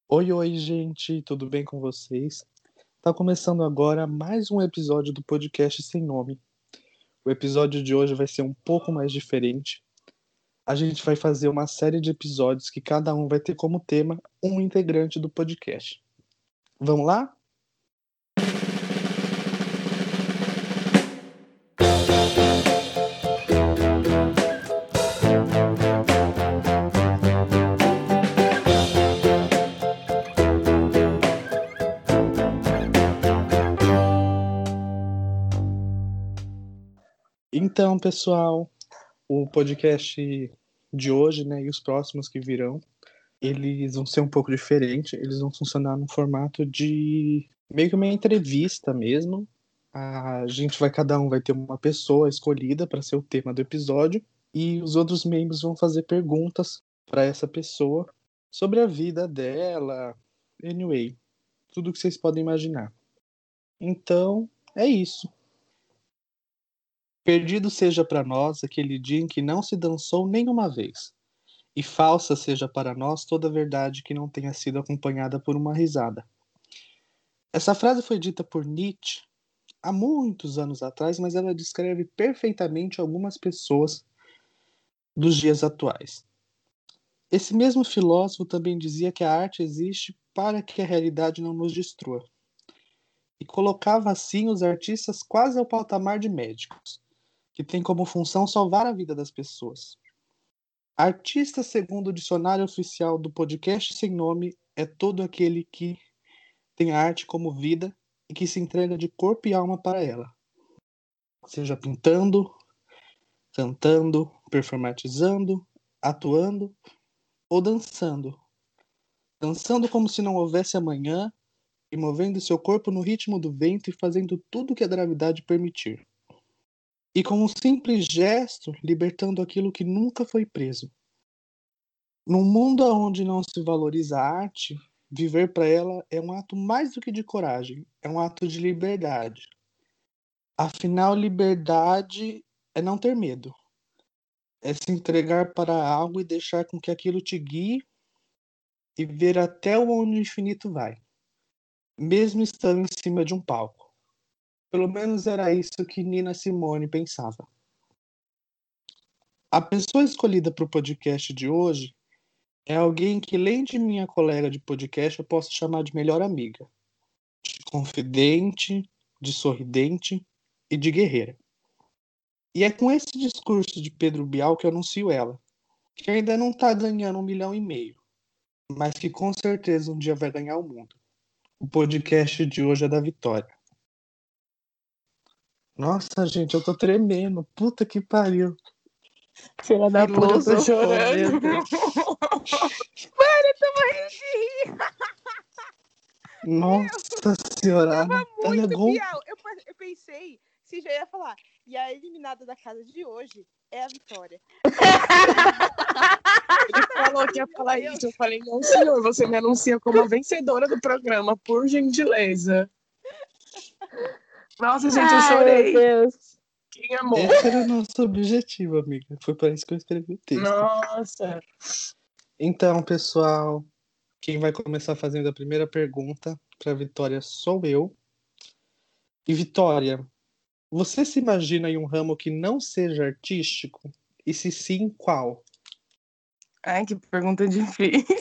Oi, oi, gente, tudo bem com vocês? Tá começando agora mais um episódio do podcast Sem Nome. O episódio de hoje vai ser um pouco mais diferente. A gente vai fazer uma série de episódios que cada um vai ter como tema um integrante do podcast. Vamos lá? Então, pessoal, o podcast de hoje, né, e os próximos que virão, eles vão ser um pouco diferentes. Eles vão funcionar no formato de meio que uma entrevista mesmo. Cada um vai ter uma pessoa escolhida para ser o tema do episódio e os outros membros vão fazer perguntas para essa pessoa sobre a vida dela, anyway, tudo que vocês podem imaginar. Então, é isso. Perdido seja para nós aquele dia em que não se dançou nenhuma vez, e falsa seja para nós toda verdade que não tenha sido acompanhada por uma risada. Essa frase foi dita por Nietzsche há muitos anos atrás, mas ela descreve perfeitamente algumas pessoas dos dias atuais. Esse mesmo filósofo também dizia que a arte existe para que a realidade não nos destrua, e colocava assim os artistas quase ao patamar de médicos, que têm como função salvar a vida das pessoas. Artista, segundo o dicionário oficial do podcast Sem Nome, é todo aquele que tem a arte como vida e que se entrega de corpo e alma para ela, seja pintando, cantando, performatizando, atuando ou dançando. Dançando como se não houvesse amanhã e movendo seu corpo no ritmo do vento e fazendo tudo que a gravidade permitir. E com um simples gesto, libertando aquilo que nunca foi preso. Num mundo onde não se valoriza a arte, viver para ela é um ato mais do que de coragem, é um ato de liberdade. Afinal, liberdade é não ter medo, é se entregar para algo e deixar com que aquilo te guie e ver até onde o infinito vai, mesmo estando em cima de um palco. Pelo menos era isso que Nina Simone pensava. A pessoa escolhida para o podcast de hoje é alguém que, além de minha colega de podcast, eu posso chamar de melhor amiga, de confidente, de sorridente e de guerreira. E é com esse discurso de Pedro Bial que eu anuncio ela, que ainda não está ganhando 1,5 milhão, mas que com certeza um dia vai ganhar o mundo. O podcast de hoje é da Vitória. Nossa, gente, eu tô tremendo. Puta que pariu. Filha da puta, eu tô Iluso. chorando. Meu Deus. Mano, eu tô morrendo de rir. Nossa senhora. Tava Natália muito Gon... Bial. Eu pensei se já ia falar. E a eliminada da casa de hoje é a Vitória. Ele falou que ia falar isso. Eu falei, não, senhor, você me anuncia como a vencedora do programa, por gentileza. Nossa, gente, eu chorei. Meu Deus. Quem amou? Esse era o nosso objetivo, amiga. Foi para isso que eu escrevi o texto. Nossa. Então, pessoal, quem vai começar fazendo a primeira pergunta para Vitória sou eu. E Vitória, você se imagina em um ramo que não seja artístico? E se sim, qual? Ai, que pergunta difícil.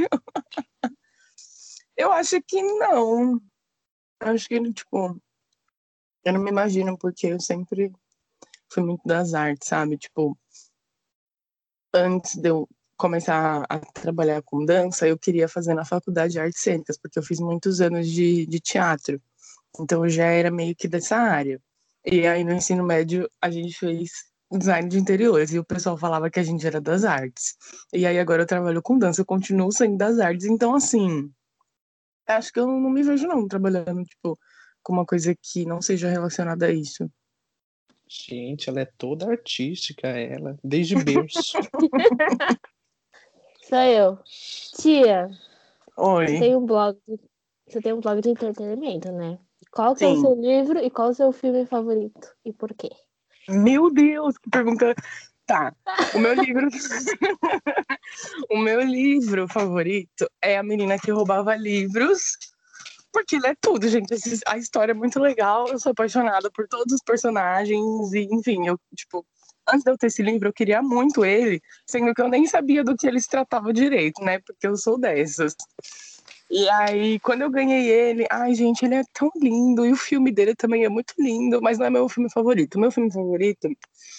Eu acho que não. Acho que, tipo, eu não me imagino, porque eu sempre fui muito das artes, sabe? Tipo, antes de eu começar a trabalhar com dança, eu queria fazer na faculdade de artes cênicas, porque eu fiz muitos anos de teatro. Então eu já era meio que dessa área. E aí no ensino médio a gente fez design de interiores e o pessoal falava que a gente era das artes. E aí agora eu trabalho com dança, eu continuo sendo das artes. Então assim, acho que eu não me vejo não trabalhando tipo com uma coisa que não seja relacionada a isso. Gente, ela é toda artística, ela, desde berço. Sou eu. Tia, Oi. você tem um blog de entretenimento, né? Qual que é o Sim. seu livro e qual é o seu filme favorito? E por quê? Meu Deus, que pergunta Tá. O meu livro. O meu livro favorito é A Menina que Roubava Livros. Porque ele é tudo, gente. A história é muito legal. Eu sou apaixonada por todos os personagens. E, enfim, eu, tipo, antes de eu ter esse livro, eu queria muito ele, sendo que eu nem sabia do que ele se tratava direito, né? Porque eu sou dessas. E aí, quando eu ganhei ele, ai, gente, ele é tão lindo. E o filme dele também é muito lindo, mas não é meu filme favorito. O meu filme favorito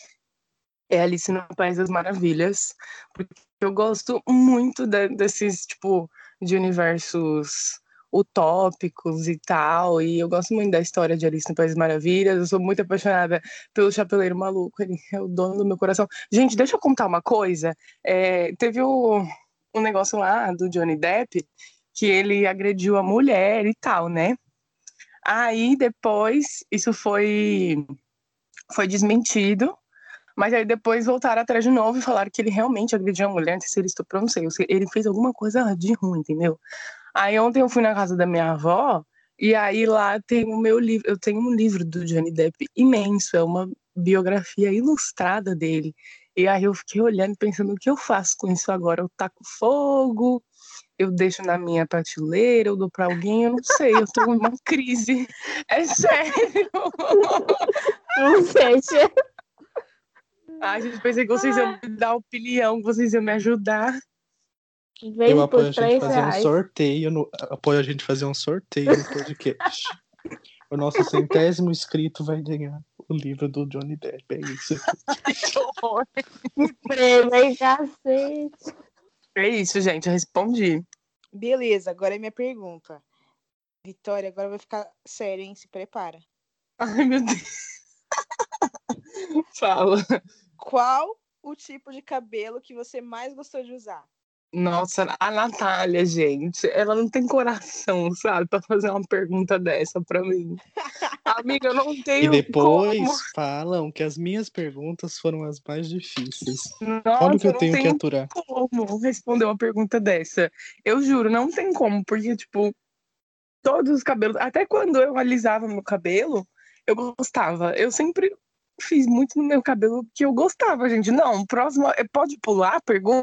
é Alice no País das Maravilhas, porque eu gosto muito desses, tipo, de universos utópicos e tal, e eu gosto muito da história de Alice no País das Maravilhas, eu sou muito apaixonada pelo Chapeleiro Maluco, ele é o dono do meu coração. Gente, deixa eu contar uma coisa, teve um negócio lá do Johnny Depp, que ele agrediu a mulher e tal, né? Aí, depois, isso foi desmentido, mas aí depois voltaram atrás de novo e falaram que ele realmente agrediu a mulher, não sei se ele estuprou, não sei, ele fez alguma coisa de ruim, entendeu? Aí ontem eu fui na casa da minha avó, e aí lá tem o meu livro, eu tenho um livro do Johnny Depp imenso, é uma biografia ilustrada dele. E aí eu fiquei olhando, pensando, o que eu faço com isso agora? Eu taco fogo, eu deixo na minha prateleira, eu dou pra alguém, eu não sei, eu tô numa crise. É sério. Não fecha. Ai, gente, pensei que vocês iam me dar opinião, que vocês iam me ajudar. Vende Eu por apoio a gente R$3. fazer um sorteio apoio a gente fazer um sorteio no podcast. O nosso 100º inscrito vai ganhar o livro do Johnny Depp. É isso. Que horror. Prêmio, hein, cacete. É isso, gente, eu respondi. Beleza, agora é minha pergunta. Vitória, agora vai ficar sério, hein? Se prepara. Ai, meu Deus. Fala. Qual o tipo de cabelo que você mais gostou de usar? Nossa, a Natália, gente, ela não tem coração, sabe, pra fazer uma pergunta dessa pra mim. Amiga, eu não E tenho depois como. falam que as minhas perguntas foram as mais difíceis. Olha o que Nossa, eu eu não tenho que tenho aturar. como responder uma pergunta dessa. Eu juro, não tem como, porque, tipo, todos os cabelos, até quando eu alisava meu cabelo, eu gostava. Eu sempre fiz muito no meu cabelo que eu gostava, gente. Não, próxima, pode pular a pergunta?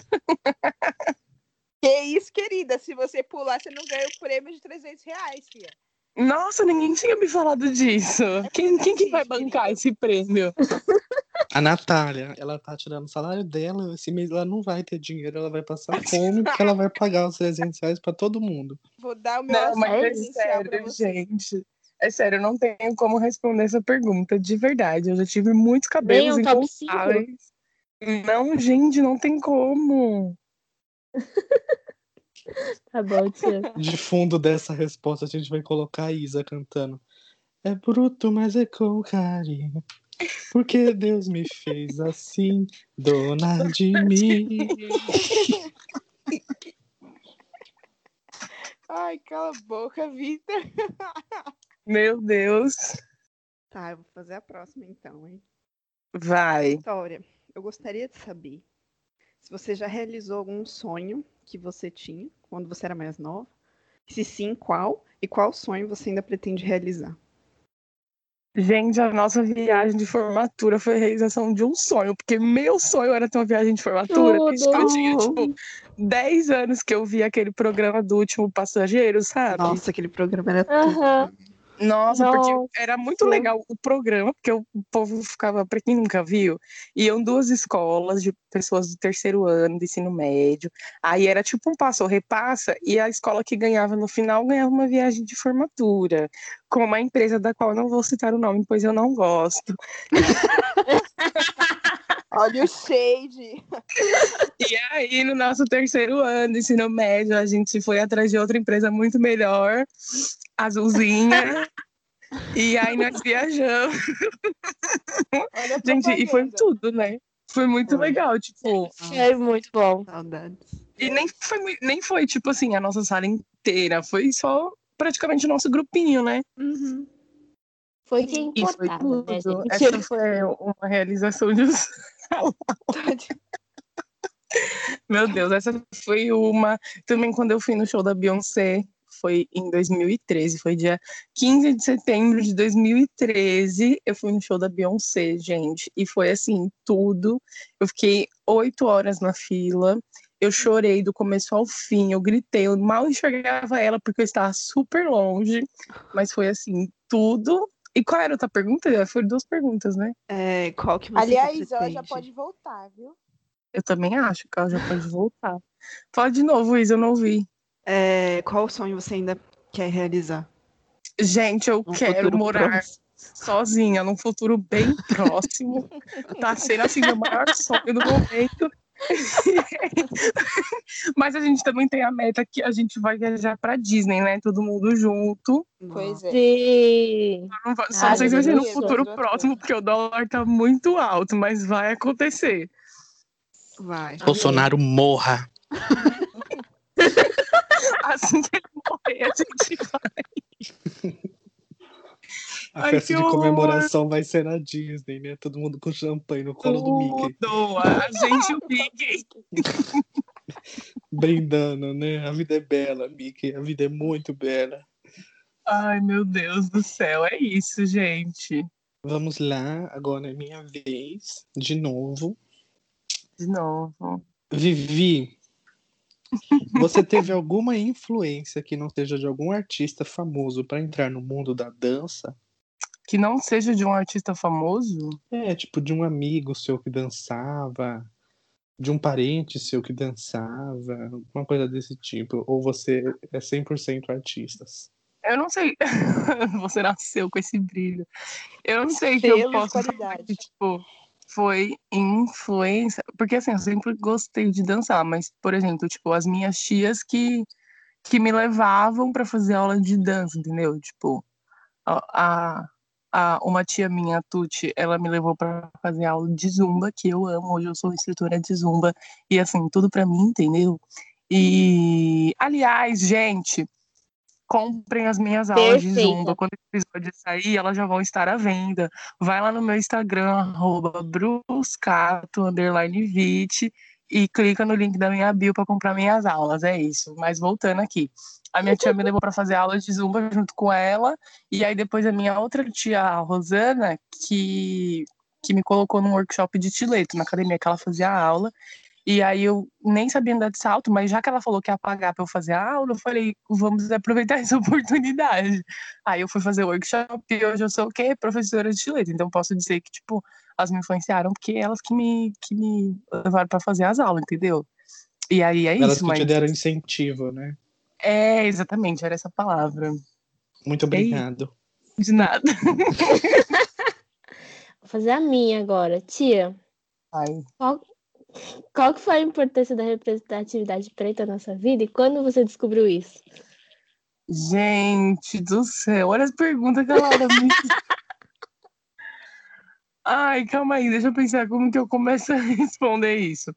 Que isso, querida? Se você pular, você não ganha o prêmio de R$300, filha. Nossa, ninguém tinha me falado disso. Quem que vai bancar esse prêmio? A Natália, ela tá tirando o salário dela, esse mês ela não vai ter dinheiro, ela vai passar fome porque ela vai pagar os R$300 pra todo mundo. Vou dar o meu Não, mas é presencial pra sério, você. gente. É sério, eu não tenho como responder essa pergunta, de verdade. Eu já tive muitos cabelos Nem um top 5? incontáveis. Não, gente, não tem como. Tá bom, tia. De fundo dessa resposta, a gente vai colocar a Isa cantando. É bruto, mas é com carinho. Porque Deus me fez assim, dona de mim. Ai, cala a boca, Vitor. Meu Deus. Tá, eu vou fazer a próxima então, hein? Vai. Vitória, eu gostaria de saber se você já realizou algum sonho que você tinha quando você era mais nova. Se sim, qual? E qual sonho você ainda pretende realizar? Gente, a nossa viagem de formatura foi a realização de um sonho, porque meu sonho era ter uma viagem de formatura, desde que eu tinha, tipo, 10 anos que eu vi aquele programa do Último Passageiro, sabe? Nossa, aquele programa era Aham. tudo. Nossa, porque Nossa. era muito legal o programa, porque o povo ficava, pra quem nunca viu, iam duas escolas de pessoas do terceiro ano do ensino médio, aí era tipo um passa ou repassa, e a escola que ganhava no final ganhava uma viagem de formatura, com uma empresa da qual eu não vou citar o nome, pois eu não gosto. Olha o shade. E aí, no nosso terceiro ano do ensino médio, a gente foi atrás de outra empresa muito melhor, azulzinha, e aí nós viajamos. Olha a Gente, e foi propaganda. tudo, né? Foi muito Foi. legal, tipo. É muito bom. Saudades. E nem foi, tipo assim, a nossa sala inteira. Foi só praticamente o nosso grupinho, né? Uhum. Foi quem E foi importava, né, tudo. gente? Essa foi uma realização de Meu Deus, essa foi uma. Também quando eu fui no show da Beyoncé, foi em 2013, foi dia 15 de setembro de 2013, eu fui no show da Beyoncé, gente, e foi assim, tudo. Eu fiquei 8 horas na fila, eu chorei do começo ao fim, eu gritei, eu mal enxergava ela porque eu estava super longe, mas foi assim, tudo. E qual era a outra pergunta? Foram 2 perguntas, né? Qual que você Aliás, ela já pretende? pode voltar, viu? Eu também acho que ela já pode voltar. Fala de novo, Isa, eu não ouvi. Qual sonho você ainda quer realizar? Gente, eu Num quero futuro morar próximo? sozinha num futuro bem próximo. Tá sendo assim meu maior sonho do momento. Mas a gente também tem a meta que a gente vai viajar pra Disney, né? Todo mundo junto. Pois é. Sim. Só não sei se vai ser no dinheiro, futuro as duas próximo, coisas. porque o dólar tá muito alto, mas vai acontecer. Vai. Bolsonaro morra. Assim que ele morrer, a gente vai. A Ai, festa que de horror. comemoração vai ser na Disney, né? Todo mundo com champanhe no colo do Mickey. Tudo. A gente e o Mickey. Brindando, né? A vida é bela, Mickey. A vida é muito bela. Ai, meu Deus do céu. É isso, gente. Vamos lá, agora é minha vez, de novo. De novo. Vivi, você teve alguma influência que não seja de algum artista famoso para entrar no mundo da dança? Que não seja de um artista famoso? Tipo de um amigo seu que dançava, de um parente seu que dançava, alguma coisa desse tipo. Ou você é 100% artistas? Eu não sei. Você nasceu com esse brilho. Eu não sei que eu Selo de posso falar qualidade. que, tipo, foi influência. Porque, assim, eu sempre gostei de dançar, mas, por exemplo, tipo, as minhas tias que me levavam para fazer aula de dança, entendeu? Tipo, uma tia minha, a Tuti, ela me levou para fazer aula de zumba, que eu amo. Hoje eu sou instrutora de zumba. E, assim, tudo para mim, entendeu? E, aliás, gente, comprem as minhas aulas de zumba. Perfeita. Quando o episódio sair, elas já vão estar à venda. Vai lá no meu Instagram, @bruscato_vit, e clica no link da minha bio para comprar minhas aulas. É isso. Mas voltando aqui. A minha tia me levou para fazer aula de zumba junto com ela. E aí depois a minha outra tia, a Rosana, que me colocou num workshop de estileto, na academia que ela fazia aula. E aí eu nem sabia andar de salto, mas já que ela falou que ia pagar pra eu fazer a aula, eu falei, vamos aproveitar essa oportunidade. Aí eu fui fazer o workshop e hoje eu sou o quê? Professora de estileto. Então posso dizer que, tipo, elas me influenciaram porque elas que me levaram pra fazer as aulas, entendeu? E aí é Elas isso, que te mas... deram incentivo, né? Exatamente, era essa palavra. Muito obrigado. De nada. Vou fazer a minha agora. Tia, Ai. qual que foi a importância da representatividade preta na sua vida e quando você descobriu isso? Gente do céu, olha as perguntas que a Laura me... Ai, calma aí, deixa eu pensar como que eu começo a responder isso.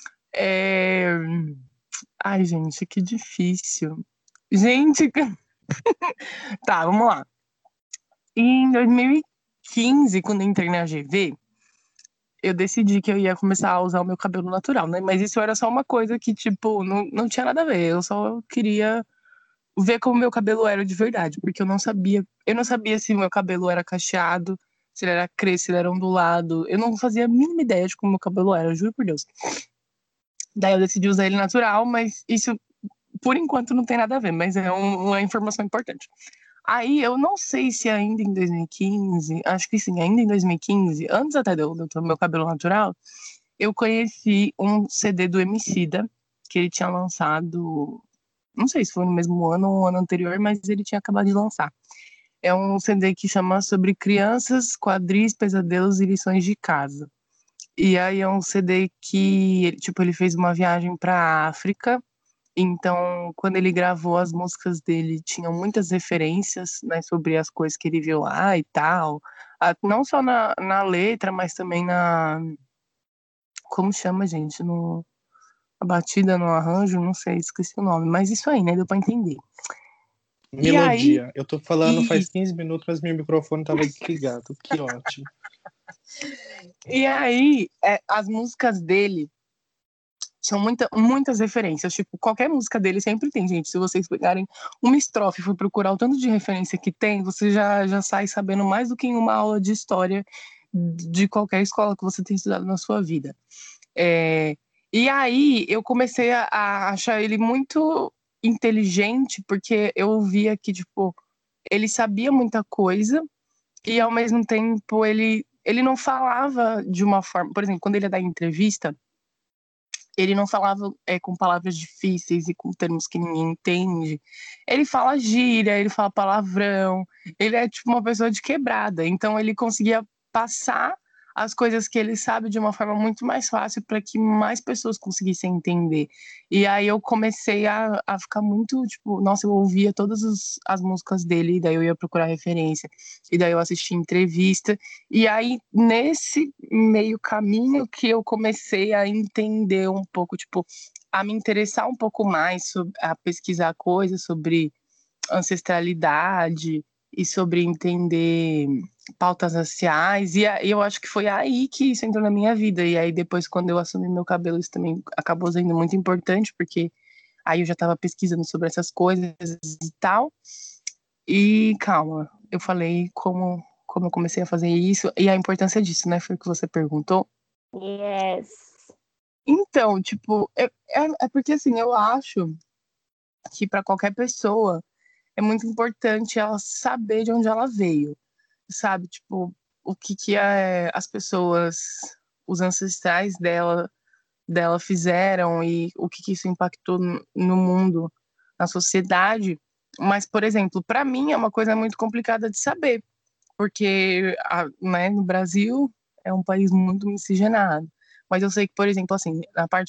Ai, gente, que difícil. Gente, tá, vamos lá. Em 2015, quando eu entrei na GV, eu decidi que eu ia começar a usar o meu cabelo natural, né? Mas isso era só uma coisa que, tipo, não tinha nada a ver. Eu só queria ver como meu cabelo era de verdade, porque eu não sabia se o meu cabelo era cacheado, se ele era crespo, se ele era ondulado. Eu não fazia a mínima ideia de como meu cabelo era, juro por Deus. Daí eu decidi usar ele natural, mas isso, por enquanto, não tem nada a ver, mas é uma informação importante. Aí eu não sei se ainda em 2015, acho que sim, ainda em 2015, antes até de eu ter meu cabelo natural, eu conheci um CD do Emicida, que ele tinha lançado, não sei se foi no mesmo ano ou no ano anterior, mas ele tinha acabado de lançar. É um CD que chama Sobre Crianças, Quadris, Pesadelos e Lições de Casa. E aí é um CD que ele fez uma viagem para a África. Então, quando ele gravou as músicas dele, tinham muitas referências, né, sobre as coisas que ele viu lá e tal. Não só na letra, mas também como chama, gente? A batida, no arranjo, não sei, esqueci o nome. Mas isso aí, né? Deu pra entender. Melodia. E aí, Eu tô falando faz 15 minutos, mas meu microfone tava desligado. Que ótimo. E aí, as músicas dele São muitas referências. Tipo, qualquer música dele sempre tem, gente. Se vocês pegarem uma estrofe e for procurar o tanto de referência que tem, você já sai sabendo mais do que em uma aula de história de qualquer escola que você tenha estudado na sua vida. E aí eu comecei a achar ele muito inteligente, porque eu via que, tipo, ele sabia muita coisa e, ao mesmo tempo, ele não falava de uma forma... Por exemplo, quando ele ia dar entrevista, ele não falava com palavras difíceis e com termos que ninguém entende. Ele fala gíria, ele fala palavrão, ele é tipo uma pessoa de quebrada. Então ele conseguia passar as coisas que ele sabe de uma forma muito mais fácil para que mais pessoas conseguissem entender. E aí eu comecei a ficar muito, tipo, nossa, eu ouvia todas as músicas dele, e daí eu ia procurar referência, e daí eu assistia entrevista, e aí nesse meio caminho que eu comecei a entender um pouco, tipo, a me interessar um pouco mais, a pesquisar coisas sobre ancestralidade e sobre entender pautas raciais, e eu acho que foi aí que isso entrou na minha vida. E aí depois, quando eu assumi meu cabelo, isso também acabou sendo muito importante, porque aí eu já estava pesquisando sobre essas coisas e tal. E calma, eu falei como eu comecei a fazer isso e a importância disso, né? Foi o que você perguntou. Yes. Então, tipo, é porque assim, eu acho que para qualquer pessoa é muito importante ela saber de onde ela veio, sabe? Tipo, o que as pessoas, os ancestrais dela fizeram e o que isso impactou no mundo, na sociedade. Mas, por exemplo, para mim é uma coisa muito complicada de saber, porque né, no Brasil é um país muito miscigenado. Mas eu sei que, por exemplo, assim,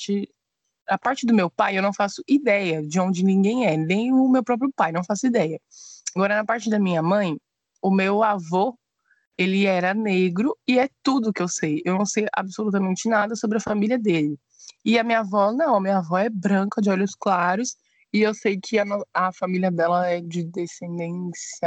a parte do meu pai, eu não faço ideia de onde ninguém é, nem o meu próprio pai, não faço ideia. Agora, na parte da minha mãe, o meu avô, ele era negro e é tudo que eu sei. Eu não sei absolutamente nada sobre a família dele. E a minha avó, não, a minha avó é branca, de olhos claros, e eu sei que a família dela é de descendência...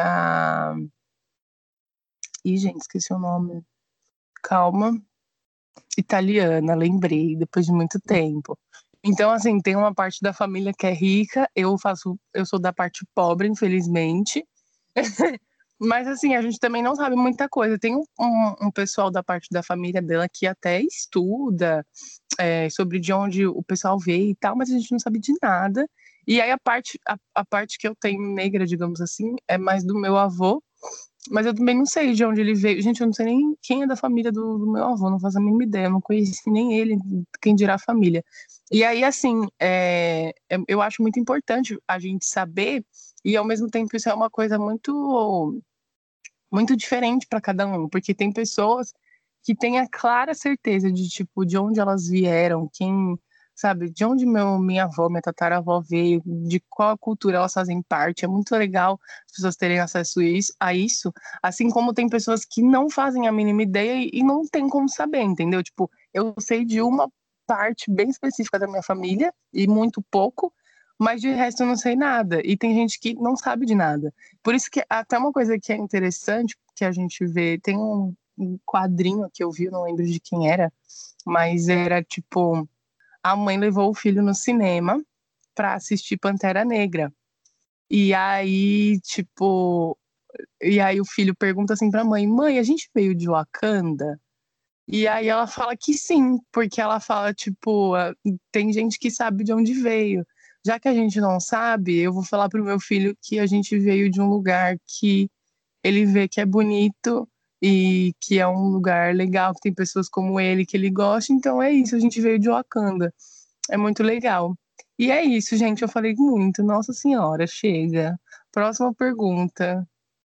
Ih, gente, esqueci o nome. Calma. Italiana, lembrei, depois de muito tempo. Então, assim, tem uma parte da família que é rica, eu sou da parte pobre, infelizmente. Mas, assim, a gente também não sabe muita coisa. Tem um pessoal da parte da família dela que até estuda sobre de onde o pessoal veio e tal, mas a gente não sabe de nada. E aí a parte que eu tenho negra, digamos assim, é mais do meu avô, mas eu também não sei de onde ele veio. Gente, eu não sei nem quem é da família do meu avô, não faço a mínima ideia. Eu não conheci nem ele, quem dirá a família. E aí, assim, eu acho muito importante a gente saber, e ao mesmo tempo isso é uma coisa muito, muito diferente para cada um, porque tem pessoas que têm a clara certeza de, tipo, de onde elas vieram, quem, sabe, de onde minha avó, minha tataravó veio, de qual cultura elas fazem parte. É muito legal as pessoas terem acesso a isso, assim como tem pessoas que não fazem a mínima ideia e não tem como saber, entendeu? Tipo, eu sei de uma parte bem específica da minha família e muito pouco, mas de resto eu não sei nada. E tem gente que não sabe de nada. Por isso que até uma coisa que é interessante, que a gente vê, tem um quadrinho que eu vi, eu não lembro de quem era, mas era tipo, a mãe levou o filho no cinema pra assistir Pantera Negra. E aí, tipo, o filho pergunta assim pra mãe: "Mãe, a gente veio de Wakanda?" E aí ela fala que sim, porque ela fala, tipo, tem gente que sabe de onde veio. Já que a gente não sabe, eu vou falar pro meu filho que a gente veio de um lugar que ele vê que é bonito e que é um lugar legal, que tem pessoas como ele que ele gosta, então é isso, a gente veio de Wakanda. É muito legal. E é isso, gente, eu falei muito. Nossa Senhora, chega. Próxima pergunta.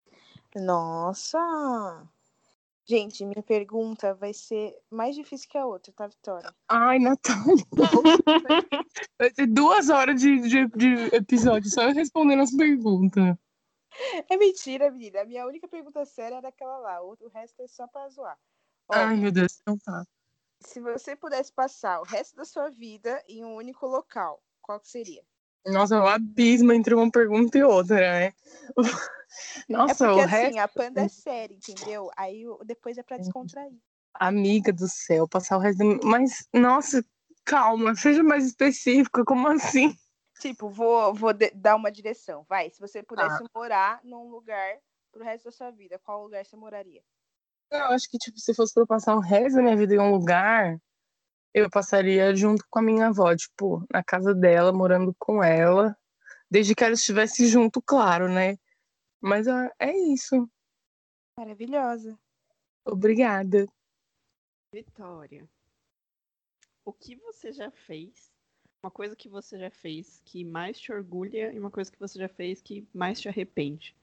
Nossa! Gente, minha pergunta vai ser mais difícil que a outra, tá, Vitória? Ai, Natália. Vai ser 2 horas de episódio só eu respondendo as perguntas. É mentira, menina. A minha única pergunta séria era aquela lá. O resto é só pra zoar. Ó, Ai, meu Deus, então tá. se você pudesse passar o resto da sua vida em um único local, qual que seria? Nossa, é um abismo entre uma pergunta e outra, né? Nossa, É porque o assim, resto... a Panda é séria, entendeu? Aí depois é pra descontrair. Amiga do céu, passar o resto... Mas, nossa, calma, seja mais específica, como assim? Tipo, dar uma direção. Vai, se você pudesse morar num lugar pro resto da sua vida, qual lugar você moraria? Eu acho que, tipo, se fosse pra eu passar o resto da minha vida em um lugar, eu passaria junto com a minha avó, tipo, na casa dela, morando com ela, desde que ela estivesse junto, claro, né? Mas é isso. Maravilhosa. Obrigada. Vitória, o que você já fez? Uma coisa que você já fez que mais te orgulha e uma coisa que você já fez que mais te arrepende.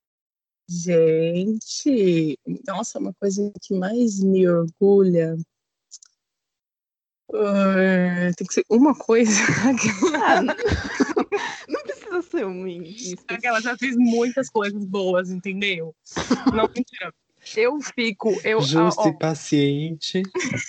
Gente, nossa, uma coisa que mais me orgulha. Tem que ser uma coisa. Não precisa ser uma em específico. Ela já fez muitas coisas boas, entendeu? Não, mentira. Eu fico. Justa e paciente.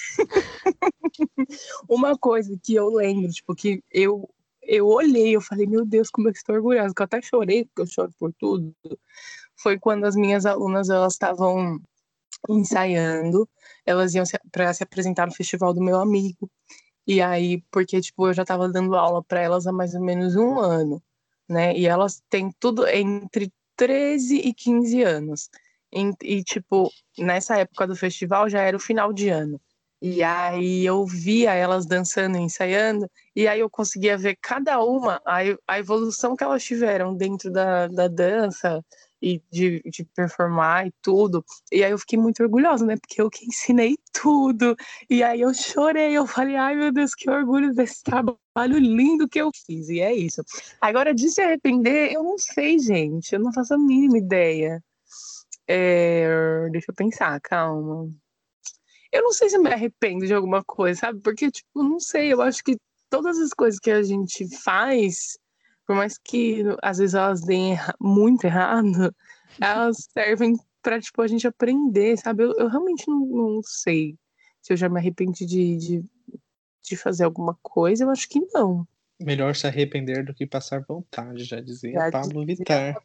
Uma coisa que eu lembro, tipo, que eu olhei, eu falei, meu Deus, como eu estou orgulhosa, que eu até chorei, porque eu choro por tudo. Foi quando as minhas alunas, elas estavam ensaiando, elas iam para se apresentar no festival do meu amigo. E aí, porque, tipo, eu já estava dando aula para elas há mais ou menos 1 ano, né? E elas têm tudo entre 13 e 15 anos. E, tipo, nessa época do festival já era o final de ano. E aí eu via elas dançando e ensaiando, e aí eu conseguia ver cada uma, a evolução que elas tiveram dentro da dança e de performar e tudo. E aí eu fiquei muito orgulhosa, né? Porque eu que ensinei tudo. E aí eu chorei, eu falei, ai meu Deus, que orgulho desse trabalho lindo que eu fiz. E é isso. Agora, de se arrepender, eu não sei, gente. Eu não faço a mínima ideia. Deixa eu pensar, calma. Eu não sei se eu me arrependo de alguma coisa, sabe? Porque, tipo, não sei, eu acho que todas as coisas que a gente faz, por mais que às vezes elas deem muito errado, elas servem pra, tipo, a gente aprender, sabe? Eu realmente não sei se eu já me arrependi de fazer alguma coisa, eu acho que não. Melhor se arrepender do que passar vontade, já dizia Já Pablo dizia Vittar.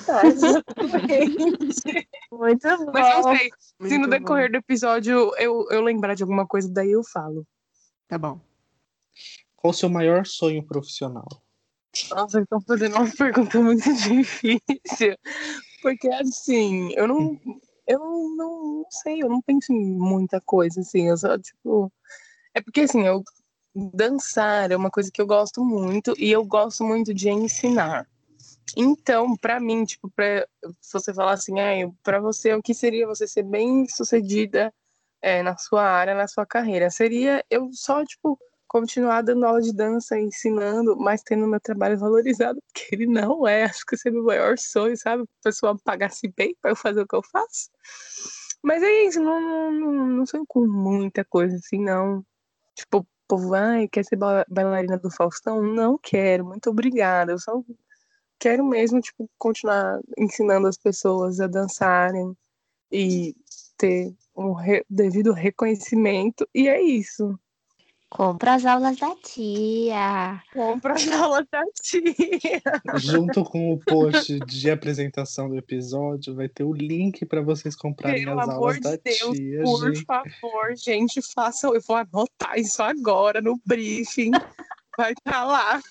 Muito bom. Mas não sei, se Muito no bom. decorrer do episódio eu lembrar de alguma coisa, daí eu falo. Tá bom. Qual o seu maior sonho profissional? Nossa, estão fazendo uma pergunta muito difícil. Porque, assim, eu não sei, eu não penso em muita coisa, assim. Eu só, tipo... É porque, assim, dançar é uma coisa que eu gosto muito e eu gosto muito de ensinar. Então, pra mim, tipo, se você falar assim, pra você, o que seria você ser bem-sucedida na sua área, na sua carreira? Seria eu só, tipo, continuar dando aula de dança, ensinando, mas tendo meu trabalho valorizado, porque ele não é. Acho que esse é meu maior sonho, sabe? A pessoa pagasse bem pra eu fazer o que eu faço. Mas é isso, não sonho com muita coisa assim, não. Tipo, o povo, quer ser bailarina do Faustão? Não quero, muito obrigada. Eu só quero mesmo, tipo, continuar ensinando as pessoas a dançarem e ter um devido reconhecimento. E é isso. Compra as aulas da tia. Compra as aulas da tia. Junto com o post de apresentação do episódio, vai ter o link para vocês comprarem Pelo as amor aulas da de Deus, tia, por gente. favor, gente, façam. Eu vou anotar isso agora no briefing. Vai estar lá.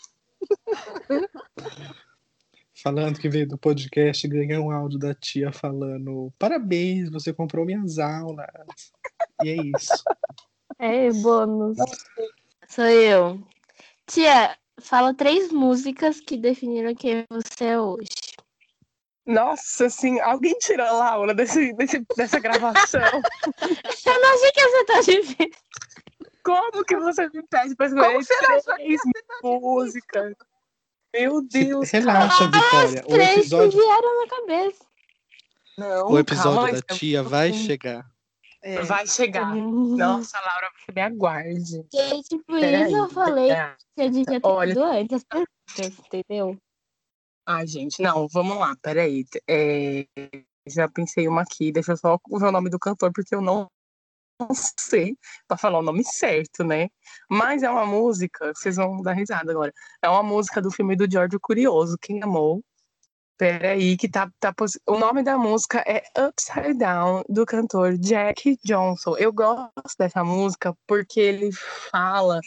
Falando que veio do podcast, ganhou um áudio da tia falando: parabéns, você comprou minhas aulas. E é isso. É, bônus. Sou eu. Tia, fala 3 músicas que definiram quem você é hoje. Nossa, assim, alguém tira a Laura dessa gravação. Eu não achei que ia ser tão difícil. Como que você me pede pra escolher 3 músicas? Meu Deus, Relaxa, Vitória. As O 3 que episódio, vieram na cabeça. Não, o episódio calma, da tia vai chegar. vai chegar. Nossa, Laura, você me aguarde. Gente, por Peraí, isso eu falei que eu devia ter olha. ido antes as perguntas, entendeu? Ai, gente, não, vamos lá, peraí. Já pensei uma aqui, deixa eu só ver o nome do cantor, porque eu não sei pra falar o nome certo, né? Mas é uma música, vocês vão dar risada agora. É uma música do filme do George o Curioso, Quem Amou. Peraí, que o nome da música é Upside Down, do cantor Jack Johnson. Eu gosto dessa música porque ele fala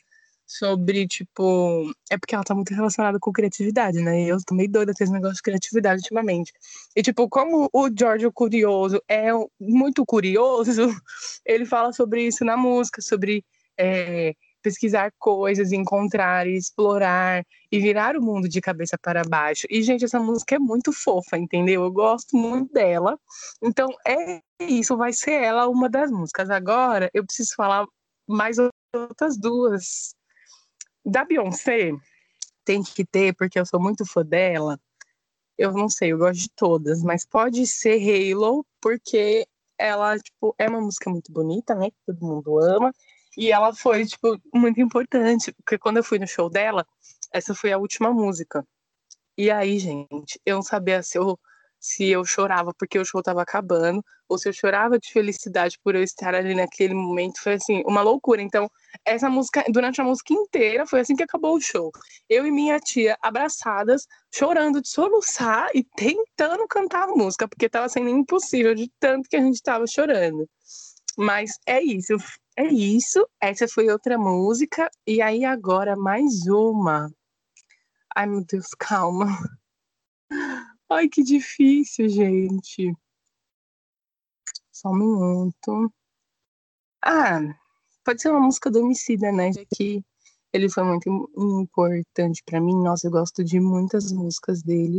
sobre, tipo... É porque ela tá muito relacionada com criatividade, né? E eu tô meio doida com esse negócio de criatividade ultimamente. E, tipo, como o Giorgio Curioso é muito curioso, ele fala sobre isso na música, sobre pesquisar coisas, encontrar, explorar e virar o mundo de cabeça para baixo. E, gente, essa música é muito fofa, entendeu? Eu gosto muito dela. Então, é isso, vai ser ela uma das músicas. Agora, eu preciso falar mais outras duas. Da Beyoncé, tem que ter, porque eu sou muito fã dela. Eu não sei, eu gosto de todas, mas pode ser Halo, porque ela, tipo, é uma música muito bonita, né? Que todo mundo ama. E ela foi, tipo, muito importante, porque quando eu fui no show dela, essa foi a última música. E aí, gente, eu não sabia se eu chorava porque o show tava acabando, ou se eu chorava de felicidade por eu estar ali naquele momento. Foi, assim, uma loucura. Então, essa música, durante a música inteira, foi assim que acabou o show. Eu e minha tia abraçadas, chorando de soluçar e tentando cantar a música, porque tava sendo impossível de tanto que a gente tava chorando. Mas é isso, é isso. Essa foi outra música. E aí, agora, mais uma. Ai, meu Deus, calma. Ai, que difícil, gente. Só um minuto. Ah, pode ser uma música do Emicida, né? Já que ele foi muito importante pra mim. Nossa, eu gosto de muitas músicas dele.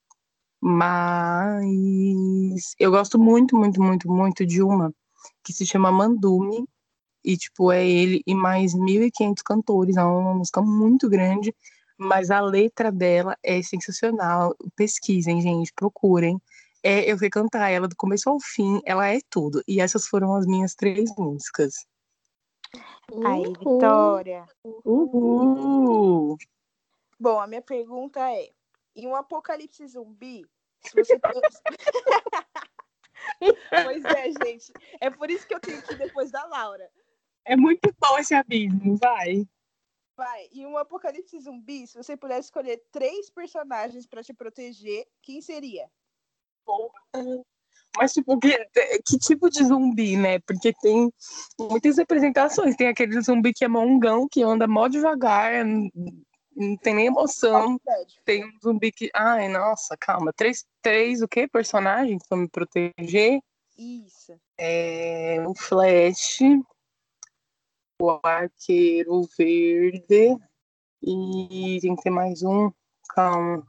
Mas eu gosto muito, muito, muito, muito de uma que se chama Mandume. E, tipo, é ele e mais 1.500 cantores. É uma música muito grande, mas a letra dela é sensacional. Pesquisem, gente, procurem. Eu fui cantar ela do começo ao fim, ela é tudo. E essas foram as minhas 3 músicas. Aí, Vitória. Uhul! Bom, a minha pergunta é: em um apocalipse zumbi, se você. Pois é, gente. É por isso que eu tenho que ir depois da Laura. É muito bom esse abismo, vai. Vai, em um apocalipse zumbi, se você pudesse escolher 3 personagens pra te proteger, quem seria? Mas, tipo, que tipo de zumbi, né? Porque tem muitas representações. Tem aquele zumbi que é mongão, que anda mó devagar, não tem nem emoção. Tem um zumbi que. Ai, nossa, calma. Três o quê? Personagens pra me proteger? Isso. O Flash, o Arqueiro Verde. E tem que ter mais um. Calma.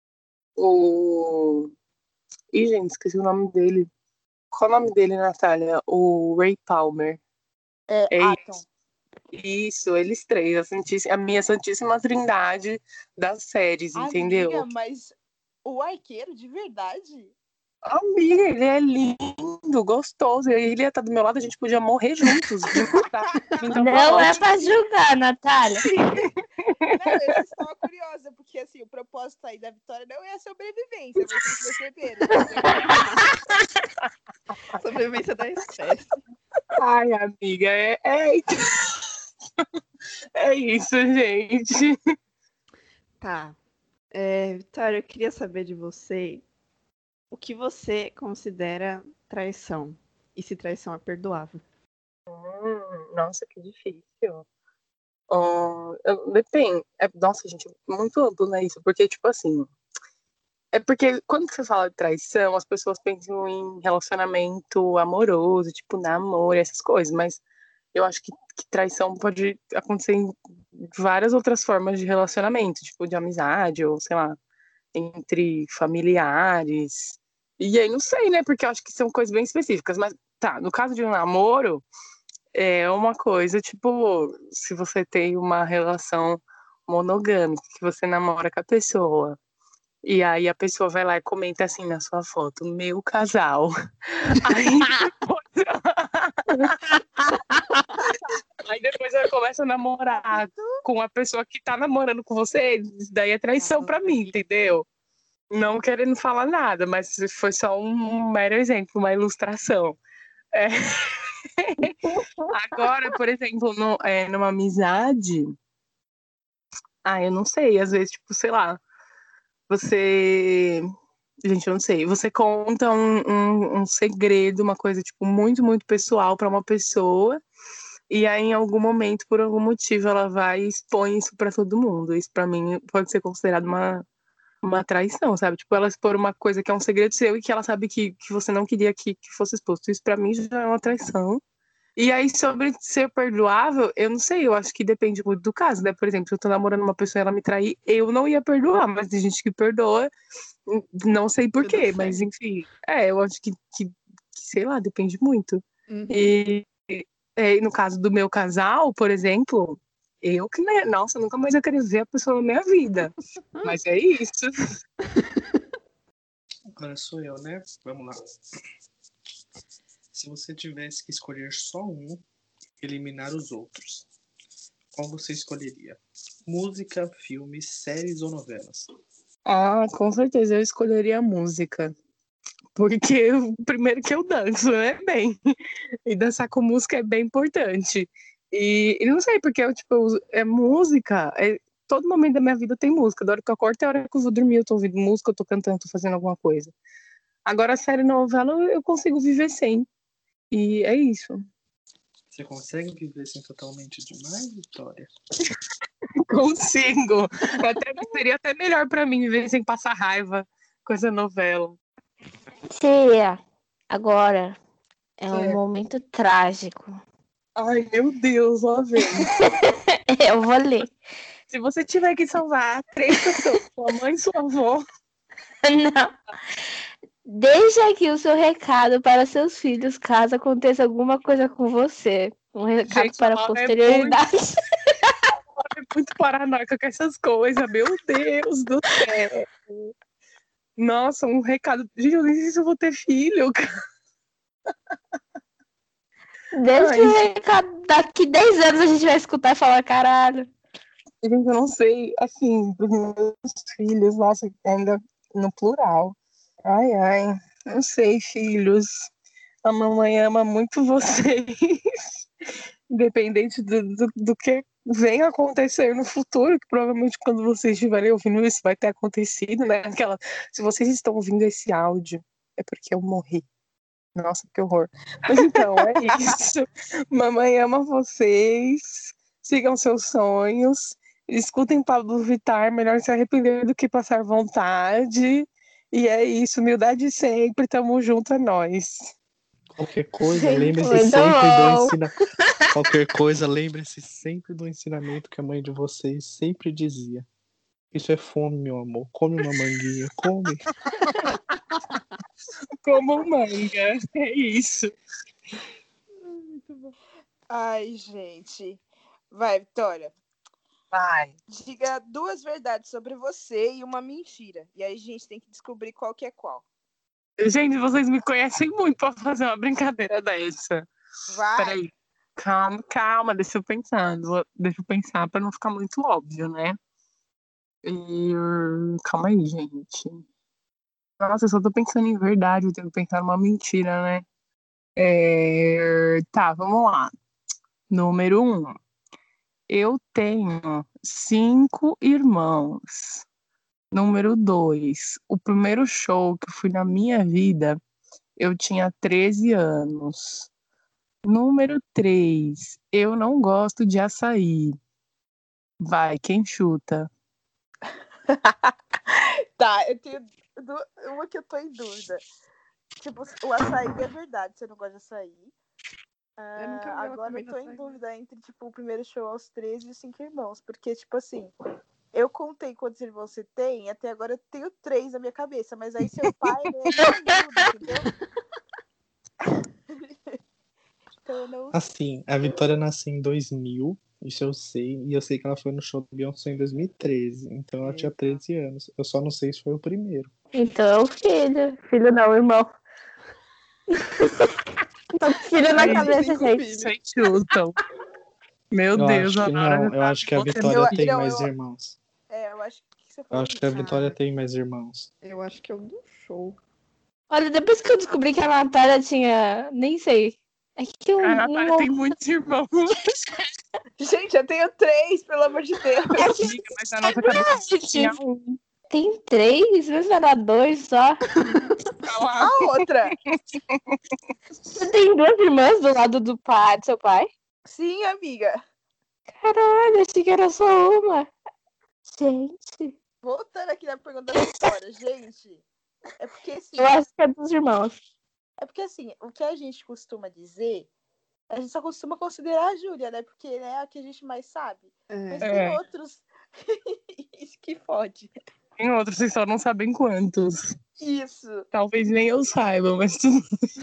Ih, gente, esqueci o nome dele. Qual o nome dele, Natália? O Ray Palmer. É Atom. Isso, eles 3. A minha santíssima trindade das séries, entendeu? Amiga, mas o arqueiro, de verdade? Amiga, ele é lindo, gostoso. Ele ia estar do meu lado, a gente podia morrer juntos. Não é pra julgar, Natália. Não, eu só estava curiosa, porque assim, o propósito aí da Vitória não é a sobrevivência, vocês perceberam. Sobrevivência da espécie. Ai, amiga, é isso, gente. Tá. Vitória, eu queria saber de você o que você considera traição e se traição é perdoável. Nossa, que difícil. Depende. Nossa, gente, é muito amplo, né, isso? Porque, tipo assim, é porque quando você fala de traição, as pessoas pensam em relacionamento amoroso, tipo namoro, essas coisas, mas eu acho que traição pode acontecer em várias outras formas de relacionamento, tipo de amizade, ou sei lá, entre familiares. E aí não sei, né? Porque eu acho que são coisas bem específicas, mas tá, no caso de um namoro, é uma coisa, tipo, se você tem uma relação monogâmica, que você namora com a pessoa. E aí a pessoa vai lá e comenta assim na sua foto, meu casal. Aí depois ela começa a namorar com a pessoa que tá namorando com você. Isso daí é traição pra mim, entendeu? Não querendo falar nada, mas foi só um mero exemplo, uma ilustração. Agora, por exemplo, numa amizade, eu não sei, às vezes, tipo, sei lá, você. Gente, eu não sei. Você conta um segredo, uma coisa, tipo, muito, muito pessoal pra uma pessoa. E aí, em algum momento, por algum motivo, ela vai e expõe isso pra todo mundo. Isso, pra mim, pode ser considerado uma traição, sabe? Tipo, ela expor uma coisa que é um segredo seu e que ela sabe que você não queria que fosse exposto. Isso, pra mim, já é uma traição. E aí, sobre ser perdoável, eu não sei, eu acho que depende muito do caso, né? Por exemplo, se eu tô namorando uma pessoa e ela me trair, eu não ia perdoar, mas tem gente que perdoa, não sei por Tudo quê, certo. mas enfim, eu acho que, sei lá, depende muito. Uhum. E no caso do meu casal, por exemplo, eu que, né, nossa, nunca mais ia querer ver a pessoa na minha vida. Mas é isso. Agora sou eu, né? Vamos lá. Se você tivesse que escolher só um, eliminar os outros, qual você escolheria? Música, filmes, séries ou novelas? Ah, com certeza eu escolheria a música. Porque primeiro que eu danço, né? Bem. E dançar com música é bem importante. E não sei, porque eu, tipo, é música. Todo momento da minha vida tem música. Da hora que eu acordo, até a hora que eu vou dormir, eu tô ouvindo música, eu tô cantando, tô fazendo alguma coisa. Agora, a série novela, eu consigo viver sem. E é isso. Você consegue viver sem totalmente demais, Vitória? Consigo. Seria até melhor pra mim viver sem passar raiva com essa novela. Tia, agora é um É. momento trágico. Ai, meu Deus, lá vem. Eu vou ler. Se você tiver que salvar 3 pessoas, sua mãe e sua avó, Não. Deixe aqui o seu recado para seus filhos caso aconteça alguma coisa com você. Um recado gente, para a ela posterioridade. é muito paranoica com essas coisas, meu Deus do céu. Nossa, um recado. Gente, eu nem sei se eu vou ter filho, cara. Deixa Ai, o recado. Daqui 10 anos a gente vai escutar e falar, caralho. gente, eu não sei, assim, dos meus filhos, nossa, ainda no plural. Ai, ai, não sei, filhos. A mamãe ama muito vocês. Independente do que venha acontecer no futuro, que provavelmente quando vocês estiverem ouvindo isso vai ter acontecido, né? Se vocês estão ouvindo esse áudio, é porque eu morri. Nossa, que horror. Mas então, é isso. Mamãe ama vocês. Sigam seus sonhos. Escutem Pablo Vittar. Melhor se arrepender do que passar vontade. E é isso. Humildade sempre. Tamo junto, é nóis. Qualquer coisa, Gente, lembre-se muito sempre do bom. ensinamento. Qualquer coisa, lembre-se sempre do ensinamento que a mãe de vocês sempre dizia. Isso é fome, meu amor. Come uma manguinha, come. Como manga. É isso. Muito bom. Ai, gente. Vai, Vitória. Vai. Diga 2 verdades sobre você e uma mentira. E aí a gente tem que descobrir qual que é qual. Gente, vocês me conhecem muito pra fazer uma brincadeira dessa. Vai. Peraí. Calma, deixa eu pensar. Deixa eu pensar pra não ficar muito óbvio, né? Calma aí, gente. Nossa, eu só tô pensando em verdade, eu tenho que pensar numa mentira, né? Tá, vamos lá. Número 1. Eu tenho 5 irmãos. Número 2. O primeiro show que eu fui na minha vida, eu tinha 13 anos. Número 3. Eu não gosto de açaí. Vai, quem chuta? Tá, eu tenho uma que eu tô em dúvida. Tipo, o açaí é verdade, você não gosta de açaí. Eu nunca vi ela Agora eu comendo tô em açaí. dúvida entre, tipo, o primeiro show aos 13 e os 5 irmãos. Porque, tipo assim, eu contei quantos irmãos você tem, até agora eu tenho 3 na minha cabeça. Mas aí seu pai, né, não entendeu? Então eu não sei. Assim, a Vitória nasceu em 2000, isso eu sei, e eu sei que ela foi no show do Beyoncé em 2013, então ela tinha Eita. 13 anos. Eu só não sei se foi o primeiro. Então é o filho. Filho não, irmão. Tô com filho na Ai, cabeça, 5 gente. filhos. Vocês chutam. Meu Eu Deus, acho que a Nora não, já eu tá acho que a você Vitória me tem Não, mais eu- irmãos. eu acho que você Eu falou acho que a isso. Vitória tem mais irmãos. Eu acho que é o do show. Olha, depois que eu descobri que a Natália tinha. Nem sei. É que eu A não. Natália tem muitos irmãos. Gente, eu tenho 3, pelo amor de Deus. Amiga, mas na nossa cabeça só tinha um. Tem 3, mas era 2 só. Calma. A outra. Você tem 2 irmãs do lado do pai, do seu pai? Sim, amiga. Caralho, achei que era só uma. Gente, Voltando aqui na pergunta da Vitória, gente. É porque assim, eu acho que é dos irmãos. o que a gente costuma dizer, a gente só costuma considerar a Júlia, né? Porque é a que a gente mais sabe. Mas tem outros. Isso que fode. Tem outros, vocês só não sabem quantos. Isso. Talvez nem eu saiba, mas tudo.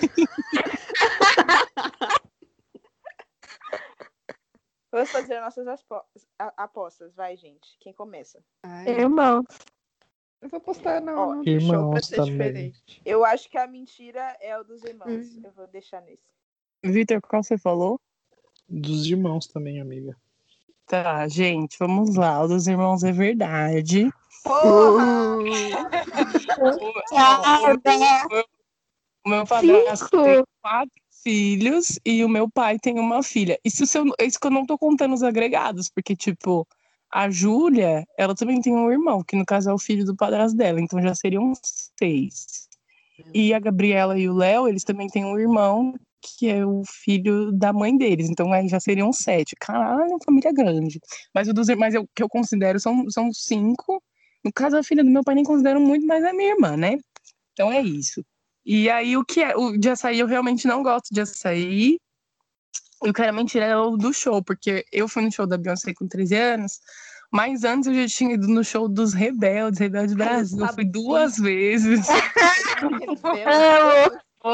Vamos fazer nossas apostas. Vai, gente. Quem começa? Ai, Irmãos. eu vou postar no Ó, do show pra irmãos ser também. diferente. Eu acho que a mentira é o dos irmãos. Eu vou deixar nesse. Vitor, qual você falou? Dos irmãos também, amiga. Tá, gente, vamos lá. O dos irmãos é verdade. Porra! O meu padrasto tem Cinco. 4 filhos e o meu pai tem uma filha. Isso que eu não tô contando os agregados, porque, tipo, a Júlia, ela também tem um irmão, que no caso é o filho do padrasto dela, então já seriam 6. E a Gabriela e o Léo, eles também têm um irmão, que é o filho da mãe deles, então aí já seriam 7. Caralho, família grande. Mas o que eu considero são 5. No caso, a filha do meu pai nem considero muito, mas é minha irmã, né? Então é isso. E aí, o de açaí, eu realmente não gosto de açaí. Eu quero mentira é o do show, porque eu fui no show da Beyoncé com 13 anos, mas antes eu já tinha ido no show dos Rebeldes Brasil. Eu fui 2 vezes. Com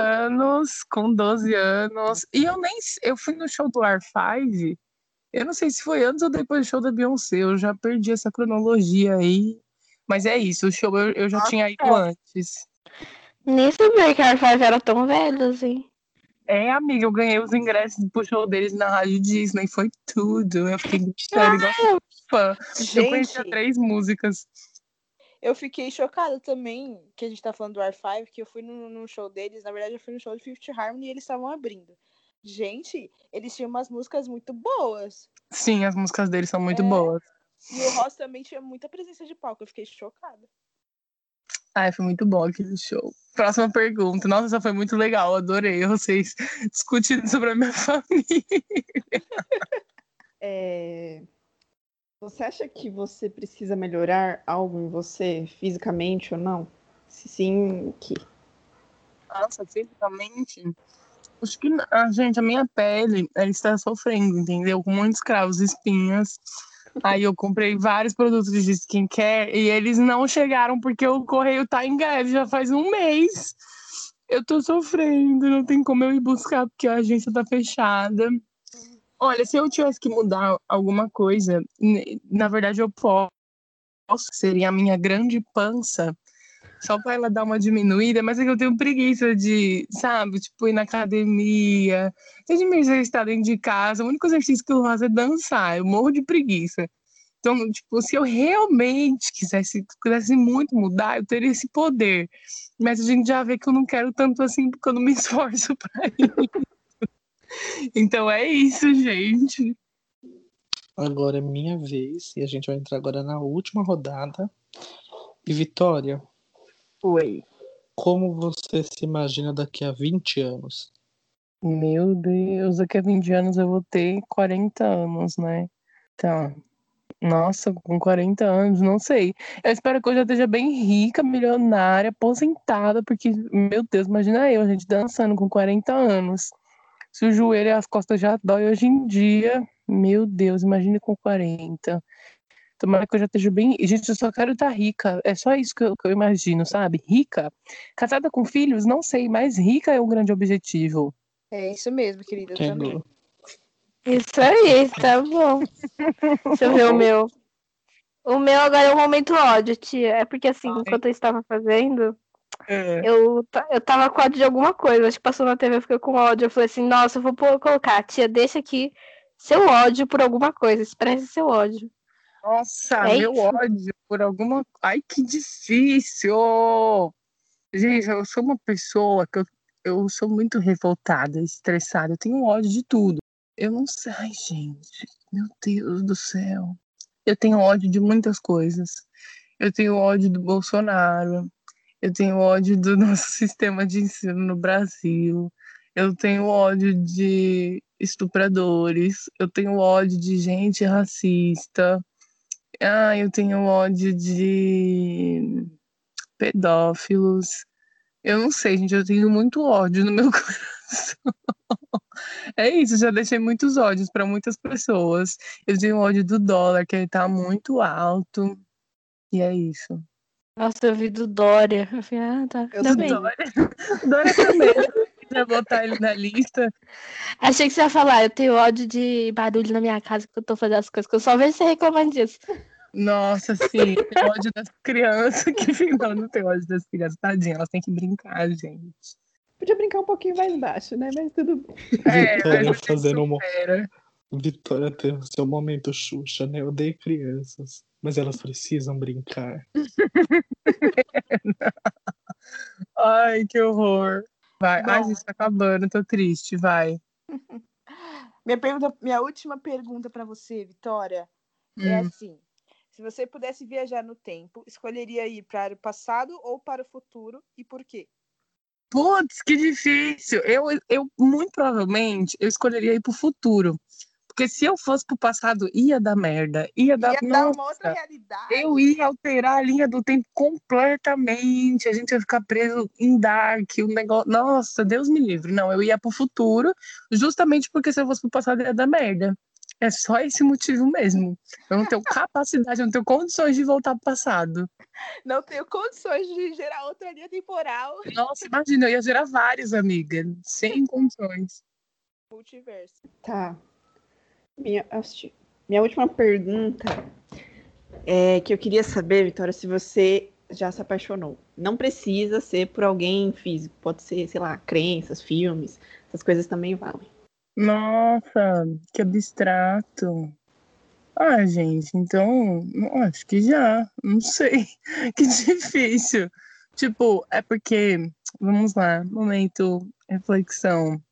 12 anos. E eu fui no show do R5. Eu não sei se foi antes ou depois do show da Beyoncé. Eu já perdi essa cronologia aí. Mas é isso, o show eu já tinha ido antes. Nem sabia que a R5 era tão velho assim. É, amiga, eu ganhei os ingressos pro show deles na Rádio Disney, foi tudo. Eu fiquei gritando igual fã. Eu conhecia Gente, 3 músicas. eu fiquei chocada também que a gente tá falando do R5, que eu fui no show deles. Na verdade, eu fui no show de Fifth Harmony e eles estavam abrindo. Gente, eles tinham umas músicas muito boas. Sim, as músicas deles são muito boas. E o Ross também tinha muita presença de palco. Eu fiquei chocada. Ai, foi muito bom aquele show. Próxima pergunta. Nossa, essa foi muito legal. Adorei vocês discutindo sobre a minha família. Você acha que você precisa melhorar algo em você, fisicamente ou não? Se sim, o que? Nossa, fisicamente. Acho que, gente, a minha pele, ela está sofrendo, entendeu? Com muitos cravos e espinhas. Aí eu comprei vários produtos de skincare e eles não chegaram porque o correio tá em greve já faz um mês. Eu tô sofrendo, não tem como eu ir buscar porque a agência tá fechada. Olha, se eu tivesse que mudar alguma coisa, na verdade eu posso, seria a minha grande pança, só para ela dar uma diminuída, mas é que eu tenho preguiça de, sabe, tipo, ir na academia, ter de me exercitar dentro de casa. O único exercício que eu faço é dançar, eu morro de preguiça. Então, tipo, se eu realmente quisesse muito mudar, eu teria esse poder. Mas a gente já vê que eu não quero tanto assim, porque eu não me esforço para isso. Então é isso, gente. Agora é minha vez e a gente vai entrar agora na última rodada. E Vitória, Oi. como você se imagina daqui a 20 anos? Meu Deus, daqui a 20 anos eu vou ter 40 anos, né? Tá. Nossa, com 40 anos, não sei. Eu espero que eu já esteja bem rica, milionária, aposentada, porque, meu Deus, imagina eu, a gente dançando com 40 anos. Se o joelho e as costas já dói hoje em dia, meu Deus, imagine com 40. Tomara que eu já esteja bem. Gente, eu só quero estar rica. É só isso que eu imagino, sabe? Rica. Casada com filhos, não sei, mas rica é um grande objetivo. É isso mesmo, querida. Eu também. Isso aí, tá bom. Deixa eu ver o meu. O meu agora é o momento ódio, tia. É porque assim, enquanto eu estava fazendo, eu tava com ódio de alguma coisa. Acho que passou na TV, eu fiquei com ódio. Eu falei assim, nossa, eu vou colocar, tia, deixa aqui seu ódio por alguma coisa. Expresse seu ódio. Nossa, É meu isso. ódio por alguma. Ai, que difícil! Gente, eu sou uma pessoa que eu sou muito revoltada, estressada. Eu tenho ódio de tudo. Eu não sei, ai, gente. Meu Deus do céu. Eu tenho ódio de muitas coisas. Eu tenho ódio do Bolsonaro. Eu tenho ódio do nosso sistema de ensino no Brasil. Eu tenho ódio estupradores, eu tenho ódio de gente racista, eu tenho ódio de pedófilos. Eu não sei, gente, eu tenho muito ódio no meu coração. É isso, já deixei muitos ódios para muitas pessoas. Eu tenho ódio do dólar, que ele tá muito alto. E é isso. Nossa, eu vi do Dória. Eu falei, tá. Eu Bem. Dória também. Já botar ele na lista. Achei que você ia falar, eu tenho ódio de barulho na minha casa, que eu tô fazendo as coisas, que eu só vejo você reclamando disso. Nossa, sim, tem ódio das crianças que ficam. Não tem ódio das crianças, tadinha, elas têm que brincar, gente. Podia brincar um pouquinho mais baixo, né? Mas tudo bem. Vitória fazendo Vitória tem o seu momento Xuxa, né? Eu odeio crianças, mas elas precisam brincar. Ai, que horror. Vai. Bom. Ai, gente, tá acabando, tô triste, vai. Minha última pergunta para você, Vitória, é assim: se você pudesse viajar no tempo, escolheria ir para o passado ou para o futuro e por quê? Putz, que difícil. Eu muito provavelmente eu escolheria ir pro futuro. Porque se eu fosse pro passado, ia dar merda. Ia dar uma outra realidade. Eu ia alterar a linha do tempo completamente. A gente ia ficar preso em Dark, o negócio. Nossa, Deus me livre. Não, eu ia pro futuro, justamente porque se eu fosse pro passado ia dar merda. É só esse motivo mesmo. Eu não tenho capacidade, eu não tenho condições de voltar pro passado. Não tenho condições de gerar outra linha temporal. Nossa, imagina, eu ia gerar vários, amiga. Sem condições. Multiverso. Tá. Minha última pergunta é que eu queria saber, Vitória, se você já se apaixonou. Não precisa ser por alguém físico. Pode ser, sei lá, crenças, filmes. Essas coisas também valem. Nossa, que abstrato. Ah, gente, então, acho que já, não sei, que difícil. Tipo, é porque, vamos lá, momento, reflexão.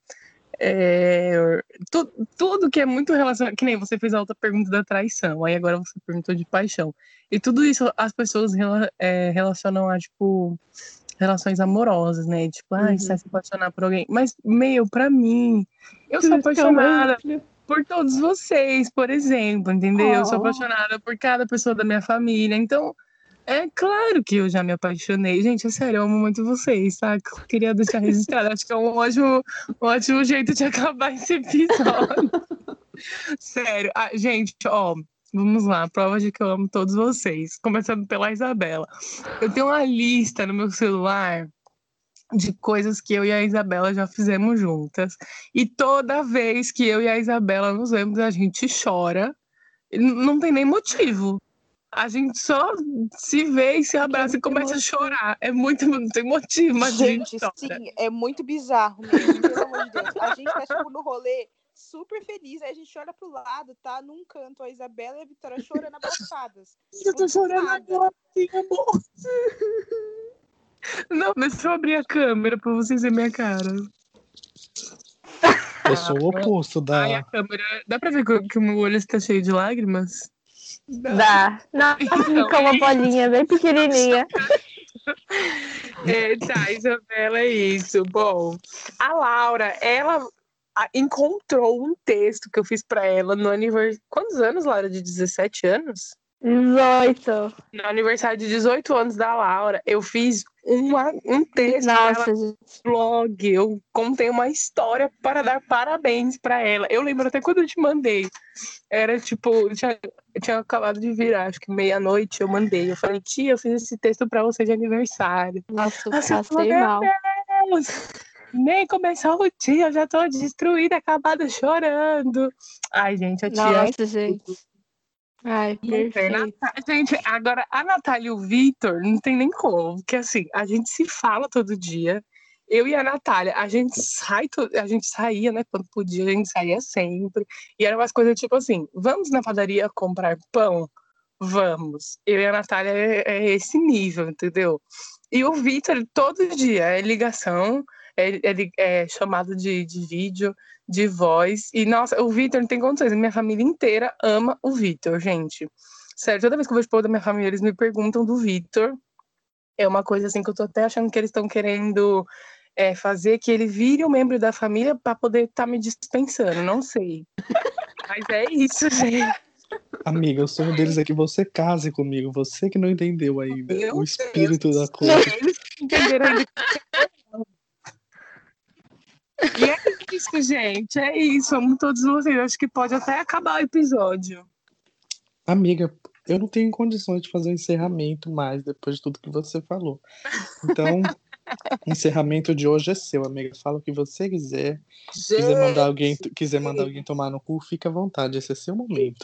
Tudo que é muito relacionado, que nem você fez a outra pergunta da traição, aí agora você perguntou de paixão. E tudo isso as pessoas relacionam a, tipo, relações amorosas, né? Tipo, você vai se apaixonar por alguém. Mas, pra mim, eu sou apaixonada por todos vocês, por exemplo, entendeu? Eu sou apaixonada por cada pessoa da minha família. Então, é claro que eu já me apaixonei. Gente, é sério, eu amo muito vocês, tá? Eu queria deixar registrado. Acho que é um ótimo jeito de acabar esse episódio. Sério. Gente, vamos lá. Prova de que eu amo todos vocês. Começando pela Isabela. Eu tenho uma lista no meu celular de coisas que eu e a Isabela já fizemos juntas. E toda vez que eu e a Isabela nos vemos, a gente chora. Não tem nem motivo. A gente só se vê e se abraça e começa a chorar. Não tem motivo, mas gente, a gente chora. Sim, é muito bizarro mesmo, pelo amor de Deus. A gente tá, tipo, no rolê super feliz, aí a gente olha pro lado, tá num canto a Isabela e a Vitória chorando abraçadas. Eu tô chorando agora, amor. Não, deixa eu abrir a câmera pra vocês verem minha cara. Eu sou o oposto da... Ai, a câmera... Dá pra ver que o meu olho está cheio de lágrimas? Dá. Fica uma bolinha bem pequenininha. Tá, Isabela, é isso. Bom, a Laura, ela encontrou um texto que eu fiz pra ela no aniversário... Quantos anos, Laura? De 17 anos? 18. No aniversário de 18 anos da Laura, eu fiz um texto Nossa, no blog. Eu contei uma história para dar parabéns para ela. Eu lembro até quando eu te mandei. Era tipo, tinha acabado de virar, acho que meia-noite eu mandei. Eu falei, tia, eu fiz esse texto para você de aniversário. Nossa, passei mal. Nem começou o dia, eu já tô destruída, acabada, chorando. Ai, gente, a tia... Nossa, gente. Ai, perfeito. Gente, agora a Natália e o Vitor não tem nem como, porque assim, a gente se fala todo dia. Eu e a Natália, a gente saía, né? Quando podia, a gente saía sempre. E eram umas coisas tipo assim: vamos na padaria comprar pão? Vamos. Eu e a Natália é esse nível, entendeu? E o Vitor, todo dia, é ligação, é chamado de vídeo, de voz. E, nossa, o Vitor não tem condições. A minha família inteira ama o Vitor, gente. Sério, toda vez que eu vejo o povo da minha família, eles me perguntam do Vitor. É uma coisa assim que eu tô até achando que eles estão querendo fazer que ele vire um membro da família para poder estar me dispensando, não sei. Mas é isso, gente. Amiga, o sonho deles é que você case comigo. Você que não entendeu ainda o espírito da coisa. Eles entenderam ainda. E é isso, gente. É isso. Amo todos vocês. Acho que pode até acabar o episódio. Amiga, eu não tenho condições de fazer um encerramento mais depois de tudo que você falou. Então, o encerramento de hoje é seu, amiga. Fala o que você quiser. Quiser mandar alguém tomar no cu, fica à vontade. Esse é seu momento.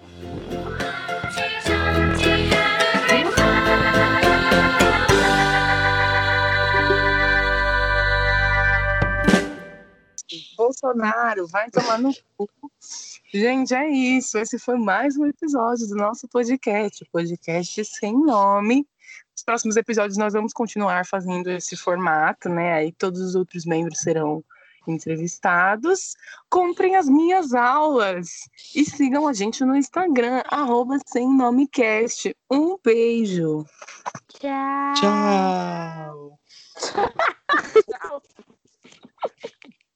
Bolsonaro, vai tomar no cu. Gente, é isso. Esse foi mais um episódio do nosso podcast. Podcast sem nome. Nos próximos episódios nós vamos continuar fazendo esse formato, né? Aí todos os outros membros serão entrevistados. Comprem as minhas aulas e sigam a gente no Instagram, @semnomecast. Um beijo. Tchau. Tchau. Tchau.